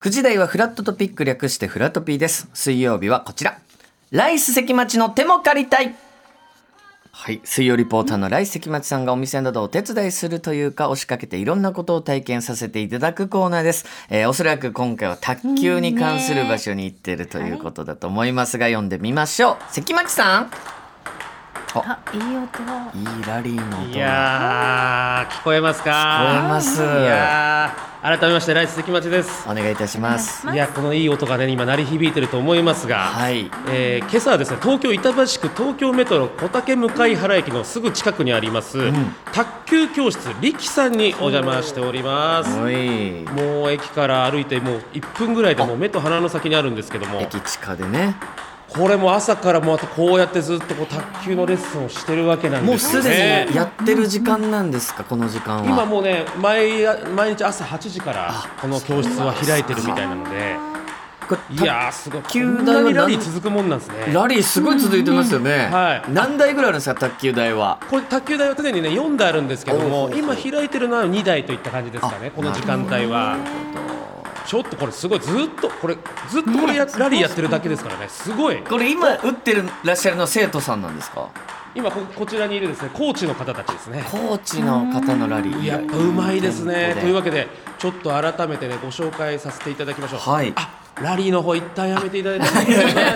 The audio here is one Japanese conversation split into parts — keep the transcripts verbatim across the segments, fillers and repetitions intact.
くじ台はフラットトピック略してフラトピーです。水曜日はこちら、ライス関町の手も借りたい。はい、水曜リポーターのライス関町さんがお店などをお手伝いするというか、押しかけていろんなことを体験させていただくコーナーです。えー、おそらく今回は卓球に関する場所に行っているということだと思いますが、読んでみましょう。関町さん。 あ、いい音。 いいラリーの音。 いやー、聞こえますか？ 聞こえます。 いやー、改めましてライス関町です。 お願いいたします。 いや、このいい音がね、今鳴り響いてると思いますが、 はい、 えー、今朝はですね、東京板橋区東京メトロ小竹向原駅のすぐ近くにあります、うん、卓球教室力さんにお邪魔しております。 おい、 もう駅から歩いてもういっぷんぐらいでもう目と鼻の先にあるんですけども、 駅地下でね、 これも朝からもうこうやってずっとこう卓球のレッスンをしてるわけなんですよね。 もうすでにやってる時間なんですか、この時間は。 今もうね、毎, 毎日朝はちじからこの教室は開いてるみたいなので、いやーすごい、こんなにラリー続くもんなんですね。 ラリーすごい続いてますよね、うん、はい、何台ぐらいあるんですか、卓球台は。 これ卓球台は常にねよんだいあるんですけども、今開いてるのはにだいといった感じですかね、この時間帯は。ちょっとこれすごい、ずっとこれずっとこれや、ね、ラリーやってるだけですからね、すごい。 これ今打ってるらっしゃるのは生徒さんなんですか？ 今 こ, こちらにいるですね、コーチの方たちですね。 コーチの方のラリー、 やっぱうまいですね。というわけでちょっと改めてねご紹介させていただきましょう。 はい、 あ、ラリーの方一旦やめていただいてあ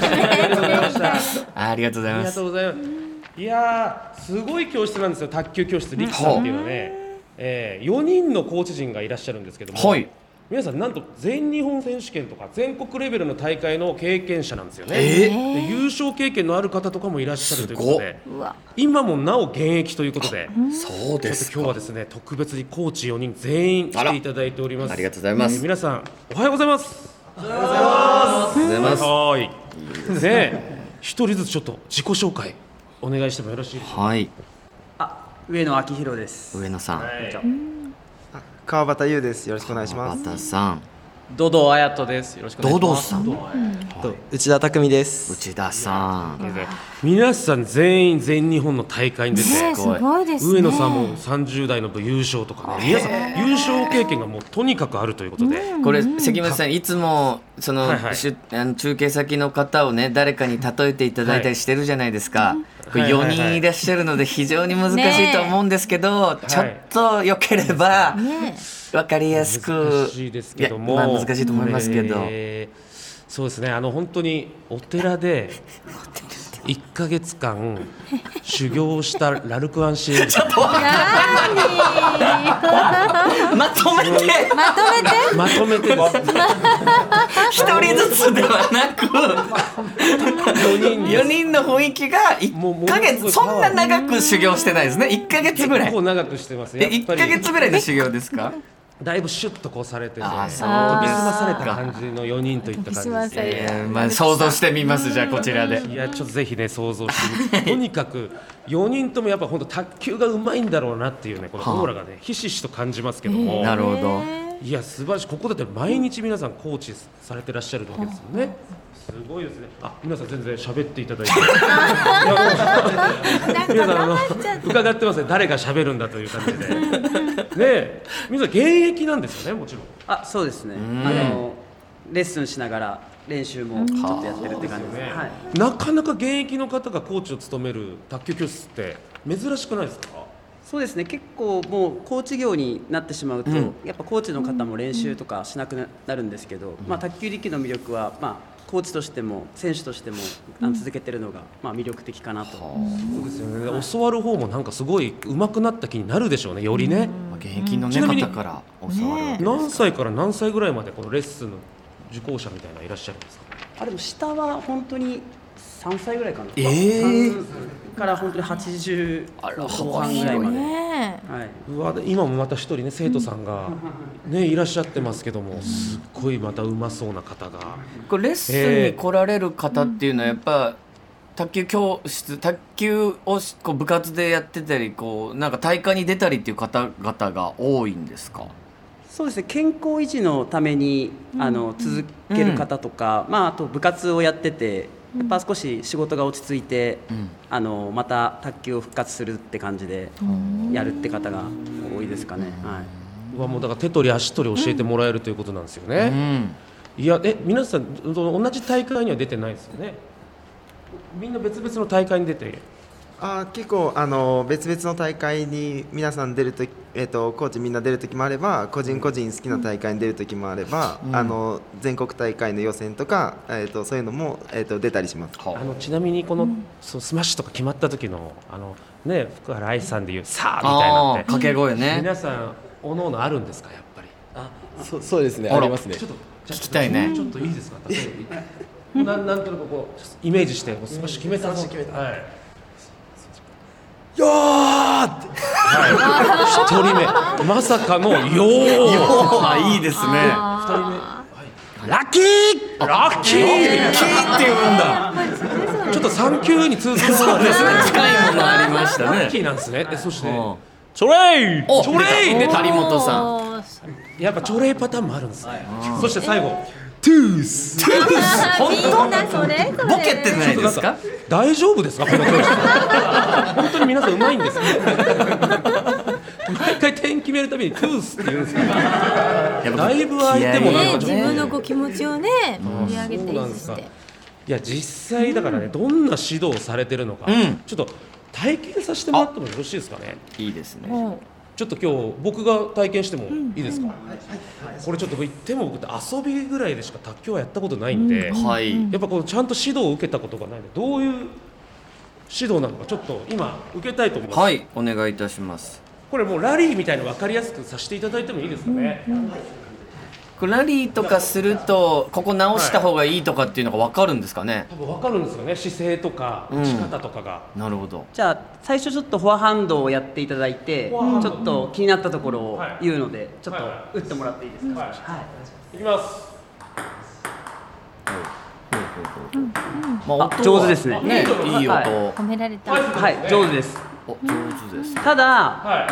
りがとうございます。 ありがとうございます。いやー、すごい教室なんですよ、卓球教室力さんっていうのはね、えー、よにんのコーチ陣がいらっしゃるんですけども、はい、皆さんなんと全日本選手権とか全国レベルの大会の経験者なんですよね、えー、で優勝経験のある方とかもいらっしゃるということで、今もなお現役ということで、 そうですか。 ちょっと今日はですね、特別にコーチよにん全員来ていただいております。 ありがとうございます、 えー、皆さんおはようございます。 おはようございます。おはようございます。 はい、ね、一人ずつちょっと自己紹介お願いしてもよろしいですか？ はい。 あ、上野明宏です。 上野さん、はい、 川端優です。よろしくお願いします。 川端さん。 ドド綾人です。よろしくお願いします。 ドドさん、 はい、内田匠です。 内田さん、 皆さん全員全日本の大会に出て、 ね、すごいですね。 上野さんもさんじゅう代の部優勝とかね、皆さん優勝経験がもうとにかくあるということで、 これ関町さんいつもその、はいはい、あの中継先の方をね誰かに例えていただいたりしてるじゃないですか、はい、よにんいらっしゃるので非常に難しいと思うんですけど、ね、ちょっと良ければ、ね、分かりやすく、 難しいですけども、 まあ、難しいと思いますけど、 えー、そうですね、あの本当にお寺でいっかげつかん修行したラルクアンシエルちょっとまとめてまとめてまとめてです一人ずつではなくよにんよにんの雰囲気がいっかげつ、そんな長く修行してないですね。いっかげつぐらい。 結構長くしてます。 やっぱりいっかげつぐらいで修行ですか？ だいぶシュッとこうされてて、研ぎ澄あ、 まされた感じのよにんといった感じですね、 えーまあ、想像してみます。じゃあこちらで、 いやちょっとぜひね想像してみてとにかくよにんともやっぱ本当卓球がうまいんだろうなっていうね、このオーラがねひしひしと感じますけども、 なるほど。 いや素晴らしい。ここだって毎日皆さんコーチされてらっしゃるわけですよね。すごいですね。あ、皆さん全然喋っていただいて皆さんあの伺ってますね、誰が喋るんだという感じでね。皆さん現役なんですよね、もちろん。 あ、そうですね、あのレッスンしながら練習もちょっとやってるって感じですね、はい、 なかなか現役の方がコーチを務める卓球教室って珍しくないですか？ そうですね、結構もうコーチ業になってしまうと、うん、やっぱコーチの方も練習とかしなくなるんですけど、うん、まあ、卓球力の魅力は、まあコーチとしても選手としても続けてるのが、まあ、魅力的かなと。 そうですよね、はい、教わる方もなんかすごい上手くなった気になるでしょうね、よりね、 うん、現役の、ね、方から教わるわけです。 何歳から何歳ぐらいまでこのレッスンの受講者みたいないらっしゃるんですか？ あ、でも下は本当にさんさいぐらいかな、 えー、 さんから本当にはちじゅうの後半ぐらいまで、はい、 うわ今もまた一人ね生徒さんが、ね、いらっしゃってますけども、すっごいまたうまそうな方が、 これレッスンに来られる方っていうのはやっぱ卓球教室、卓球をこう部活でやってたり、こうなんか大会に出たりっていう方々が多いんですか？ そうですね、健康維持のために、うん、あの続ける方とか、うん、まあ、あと部活をやっててやっぱ少し仕事が落ち着いて、うん、あのまた卓球を復活するって感じでやるって方が多いですかね、はい、 うわもうだから手取り足取り教えてもらえるということなんですよね、 いやえ皆さん同じ大会には出てないですよね。みんな別々の大会に出て。 あ結構あの別々の大会に皆さん出るとき、えー、とコーチみんな出るときもあれば個人個人好きな大会に出るときもあれば、うん、あの全国大会の予選とか、えー、とそういうのも、えー、と出たりします。 あのちなみにこの、うん、そうスマッシュとか決まった時のあの、ね、福原愛さんでいうさあみたいなって掛け声ね皆さんおのおのあるんですかやっぱり。 あ そ, そうですねありますね。 ちょっと聞きたいね。 ちょっといいですかな, なんとなくこうイメージしてスマッシュ決めたの、はいよーって、はい、一人目まさかのよーあいいですね。 二人目、はい、ラッキーラッキーラッキーって言うんだ。ちょっとサンキューに通ずるものですね。 近いものありましたね。 ラッキーなんですね。えそしてチョレイチョレイで谷本さんやっぱチョレイパターンもあるんです。そして最後トゥーストゥース本当みんなそれぞれボケてないですか。 大丈夫ですかこの教室本当に皆さんうまいんです毎回点決めるたびにトゥースって言うんですからだいぶ相手もなんか自分のこう気持ちをね盛り上げていして。 いや実際だからねどんな指導をされてるのか、うん、ちょっと体験させてもらってもよろしいですかね。 いいですね。 ちょっと今日僕が体験してもいいですか、うん、これちょっと言っても僕って遊びぐらいでしか卓球はやったことないんで、うんはい、やっぱこのちゃんと指導を受けたことがないのでどういう指導なのかちょっと今受けたいと思います。 はいお願いいたします。 これもうラリーみたいな分かりやすくさせていただいてもいいですかね、うんうんラリーとかするとここ直した方がいいとかっていうのが分かるんですかね。 多分分かるんですよね姿勢とか打ち方とかが、 うん、なるほど。 じゃあ最初ちょっとフォアハンドをやっていただいてちょっと気になったところを言うので、はい、ちょっと打ってもらっていいですか。はい、はいいきます。 まあ、 あ上手ですね。 ねいい音、はい、 褒められた。 はい上手です。 お上手です。 ただ、 はい、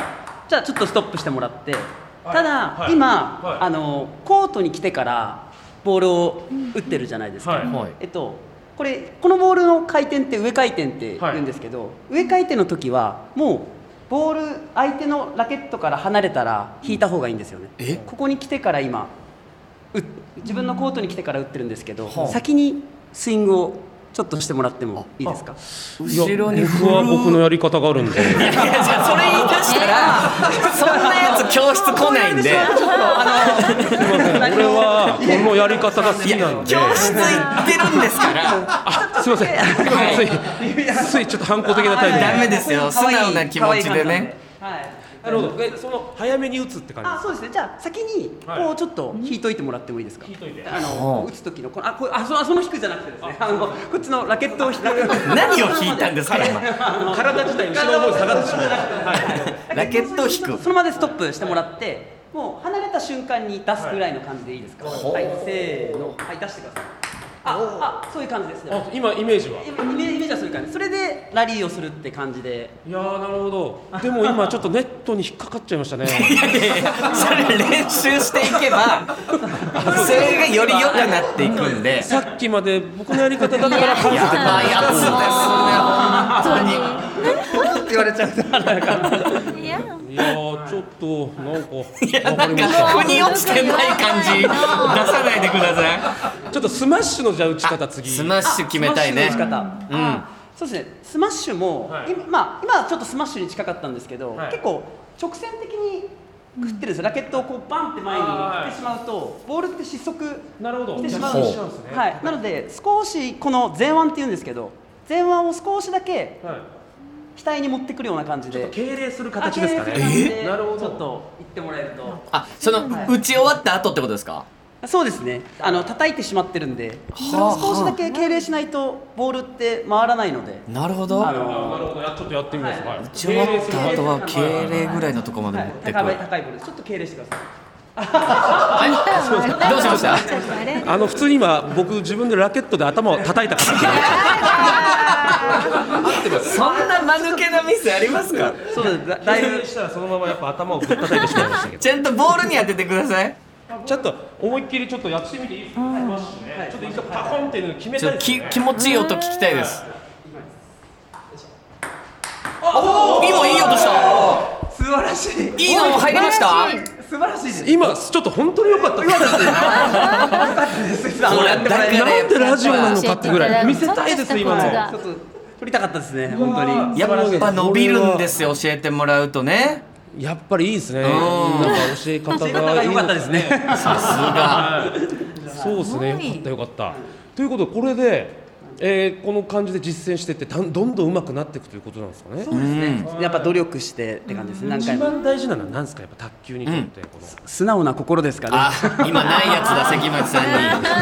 じゃあちょっとストップしてもらって。ただ、はい、今、はい、あのコートに来てからボールを打ってるじゃないですか、はいえっと、これこのボールの回転って上回転って言うんですけど、はい、上回転の時はもうボール相手のラケットから離れたら引いた方がいいんですよね。えここに来てから今自分のコートに来てから打ってるんですけど、うん、先にスイングをちょっとしてもらってもいいですか。 後ろに僕は僕のやり方があるんで。いやいやじゃあそれ言い出したらそんなやつ教室来ないんで。 あのすみません俺はこのやり方が好きなんで。 教室行ってるんですから。 あすみません。はい、ついついちょっと反抗的な態度。 ダメですよ。素直な気持ちでね。 はい。 なるほど。えその早めに打つって感じ。 あそうですね。じゃあ先にこうちょっと引いといてもらってもいいですか。 引いといて。 あの打つ時のこのあこれあそその引くじゃなくてですね。あのこっちのラケットを引く。 何を引いたんですか今。 体自体後ろの方に下がってしまう。 ラケットを引く。 その場でストップしてもらってもう離れた瞬間に出すぐらいの感じでいいですか。はいせーのはい出してください。ああそういう感じですね。 あ今イメージはイメージはそういう感じ。それでラリーをするって感じで。 いやーなるほど。でも今ちょっとネットに引っかかっちゃいましたね。 いやいやいやそれ練習していけばそれがより良くなっていくんで。 さっきまで僕のやり方だったら感じてた。 やばいやつですね本当に。 って言われちゃうといやいやーちょっとなんかいやなんか腑に落ちてない感じ出さないでください。 ちょっとスマッシュのじゃあ打ち方次。 スマッシュ決めたいね。 スマッシュの打ち方。うん。そうですね。スマッシュも、はい、今まあ今はちょっとスマッシュに近かったんですけど、はい、結構直線的に振ってるんですよ。ラケットをこうバンって前に振ってしまうとボールって失速してしまうんです。はい。なので少しこの前腕って言うんですけど、前腕を少しだけ。はい額に持ってくるような感じでちょっと敬礼する形ですかね。 えなるほど。ちょっと言ってもらえるとあその打ち終わった後ってことですか。 そうですね。あの叩いてしまってるんでそれを少しだけ敬礼しないとボールって回らないので。 なるほど。 あのなるほど。ちょっとやってみます。はい、 打ち終わった後は敬礼ぐらいのところまで持ってくる、 はい、高いボールちょっと敬礼してください。 どうしました。 あの普通に今僕自分でラケットで頭を叩いた形になっちゃう。 そんな間抜けなミスありますか。 そうです。だいぶしたらそのままやっぱ頭をぶっ叩いてしまいましたけど。 ちゃんとボールに当ててください。 ちょっと思いっきりちょっとやってみていいですか。はい、ちょっと一回パコンっていうのを決めたいですね。 気持ちいい音聞きたいです。今いい音した。 素晴らしい。 いいの入りました。 素素晴らしいです。 今ちょっと本当に良かったです。 あのやってもらえるなんでラジオなのかってぐらい見せたいです今の。 ちょっと撮りたかったですね本当に。 やっぱ伸びるんですよ、教えてもらうとね。 やっぱりいいですね。なんか教え方教えがいい方が良かったですね。 さすが。 そうですね。よかったよかった。ということでこれで。えー、この感じで実践していってどんどん上手くなっていくということなんですかね。 そうですね、やっぱ努力してって感じですね。何回も一番大事なのは何ですか、やっぱ卓球にとって、うん、この素直な心ですかね。 あ、今ないやつだ関町さん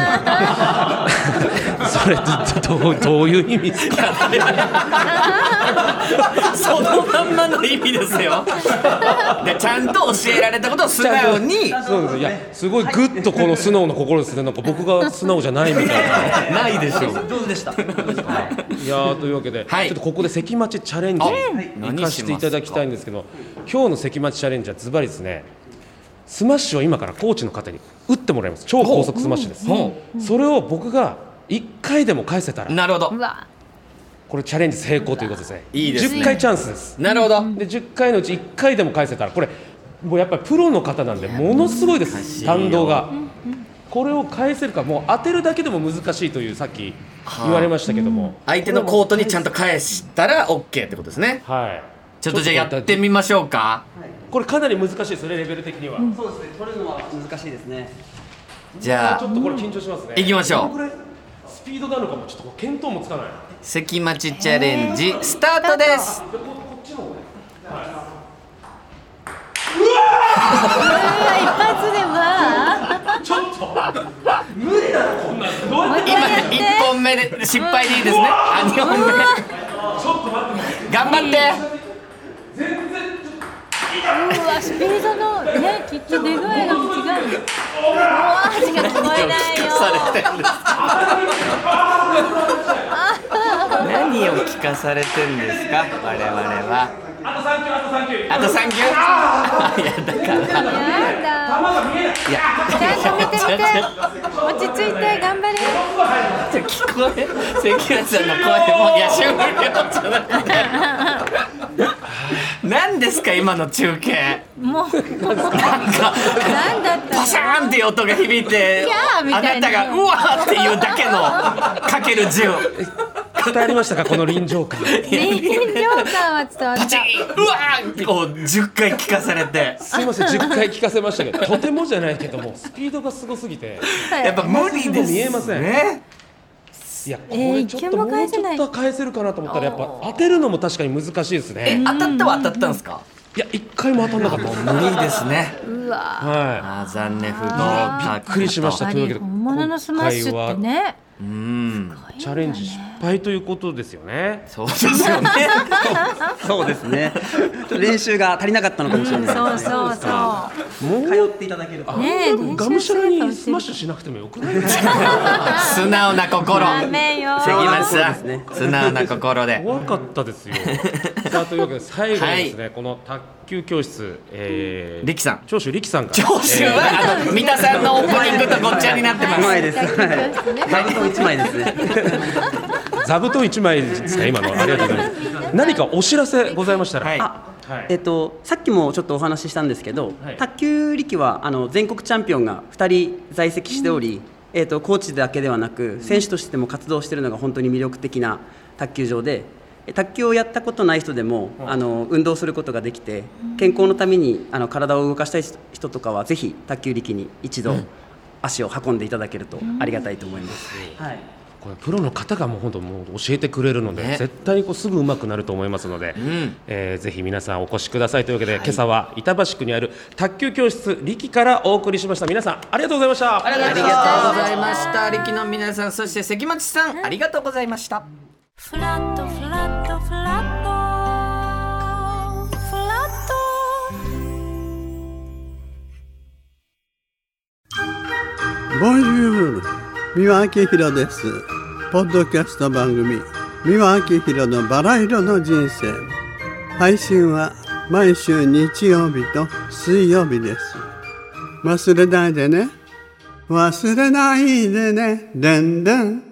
にそれどう、どういう意味ですかそのまんまの意味ですよでちゃんと教えられたことを素直に。 そうです。いやすごいグッとこの素直な心ですね。なんか僕が素直じゃないみたいなないでしょう。 上手でした。いやというわけで、はい、ちょっとここで関町チャレンジ行かせていただきたいんですけど、今日の関町チャレンジはズバリですね、スマッシュを今からコーチの方に打ってもらいます。超高速スマッシュです。それを僕がいっかいでも返せたら、 なるほど、 これチャレンジ成功ということですね。 いいですね。 じゅっかいチャンスです。 なるほど。 でじゅっかいのうちいっかいでも返せたら、これもうやっぱりプロの方なんでものすごいです。弾道がこれを返せるか、もう当てるだけでも難しいというさっき言われましたけども、 相手のコートにちゃんと返したら オーケー ってことですね。 はい。 ちょっとじゃあやってみましょうか。 これかなり難しいですね、レベル的には。 そうですね、取るのは難しいですね。 じゃあちょっとこれ緊張しますね。 行きましょう。 スピードなのかもちょっと見当もつかない。 関町チャレンジスタートです。 こっちの方ね。 うわ一発ではちょっと無理だろこんなの。どうやって今いっぽんめで失敗でいいですね。あ、にほんめ。 ちょっと待って頑張って。 全然うわスピードのねきっと出具合が違う。うわ味が聞こえないよ。 何を聞かされてんですか我々は。 あとさん球、あとさん球。 あとさん球。いやだから。 やだ。 球が見えない。 いやちゃんと見て見て。落ち着いて頑張れ。 聞こえ関町さんの声もいや終了じゃなくて。何ですか今の中継。 もうなんかなんだったパシャーンっていう音が響いて、あなたがうわーっていうだけのかけるじゅう。 伝わりましたかこの臨場感。 臨場感は伝わった。 パチンうわーをじゅっかい聞かされて。 すいませんじゅっかい聞かせましたけど、とてもじゃないけどもスピードがすごすぎてやっぱ無理ですね。 見えませんね。いやこれちょっともうちょっと返せるかなと思ったらやっぱ当てるのも確かに難しいですね。 え当たったは当たったんですか。 いや一回も当たんなかった。 無理ですね。 うわはあ残念不合格。 びっくりしました。というわけで本物のスマッシュってね。 うんチャレンジ失敗ということですよね。 そうですよね。 そうですね。ちょっと練習が足りなかったのかもしれないですね。 そうそうそう。 もう通っていただけると。 ねえがむしゃらにスマッシュしなくてもよくないですか。 素直な心。 ダメよ。 関町さん、 ね、 素直な心で。 怖かったですよ。さあというわけで最後にですね、はい、この卓球教室、えー、 力さん、 長州力さんが。 長州は、えー、あの三田さんのオープニングとごっちゃになってます。 うまいです。座布団一枚ですね。 座布団一枚ですか今の。ありがとうございます。何かお知らせございましたら。はい。 あはい、えっと、さっきもちょっとお話ししたんですけど、はい、卓球力はあの全国チャンピオンがふたり在籍しており、うんえっと、コーチだけではなく選手としても活動しているのが本当に魅力的な卓球場で、卓球をやったことない人でも、うん、あの運動することができて、健康のためにあの体を動かしたい人とかはぜひ卓球力に一度足を運んでいただけるとありがたいと思います。うんはいこれプロの方がもう本当もう教えてくれるので、ね、絶対にこうすぐ上手くなると思いますので、うんえー、ぜひ皆さんお越しくださいというわけで、はい、今朝は板橋区にある卓球教室力からお送りしました。皆さんありがとうございました。 ありがとうございました。力の皆さん、そして関町さん、うん、ありがとうございました。 フラットフラットフラットフラットボンジュール、三輪明宏です。ポッドキャスト番組三輪明宏のバラ色の人生、配信は毎週日曜日と水曜日です。忘れないでね、忘れないでね、でんでん。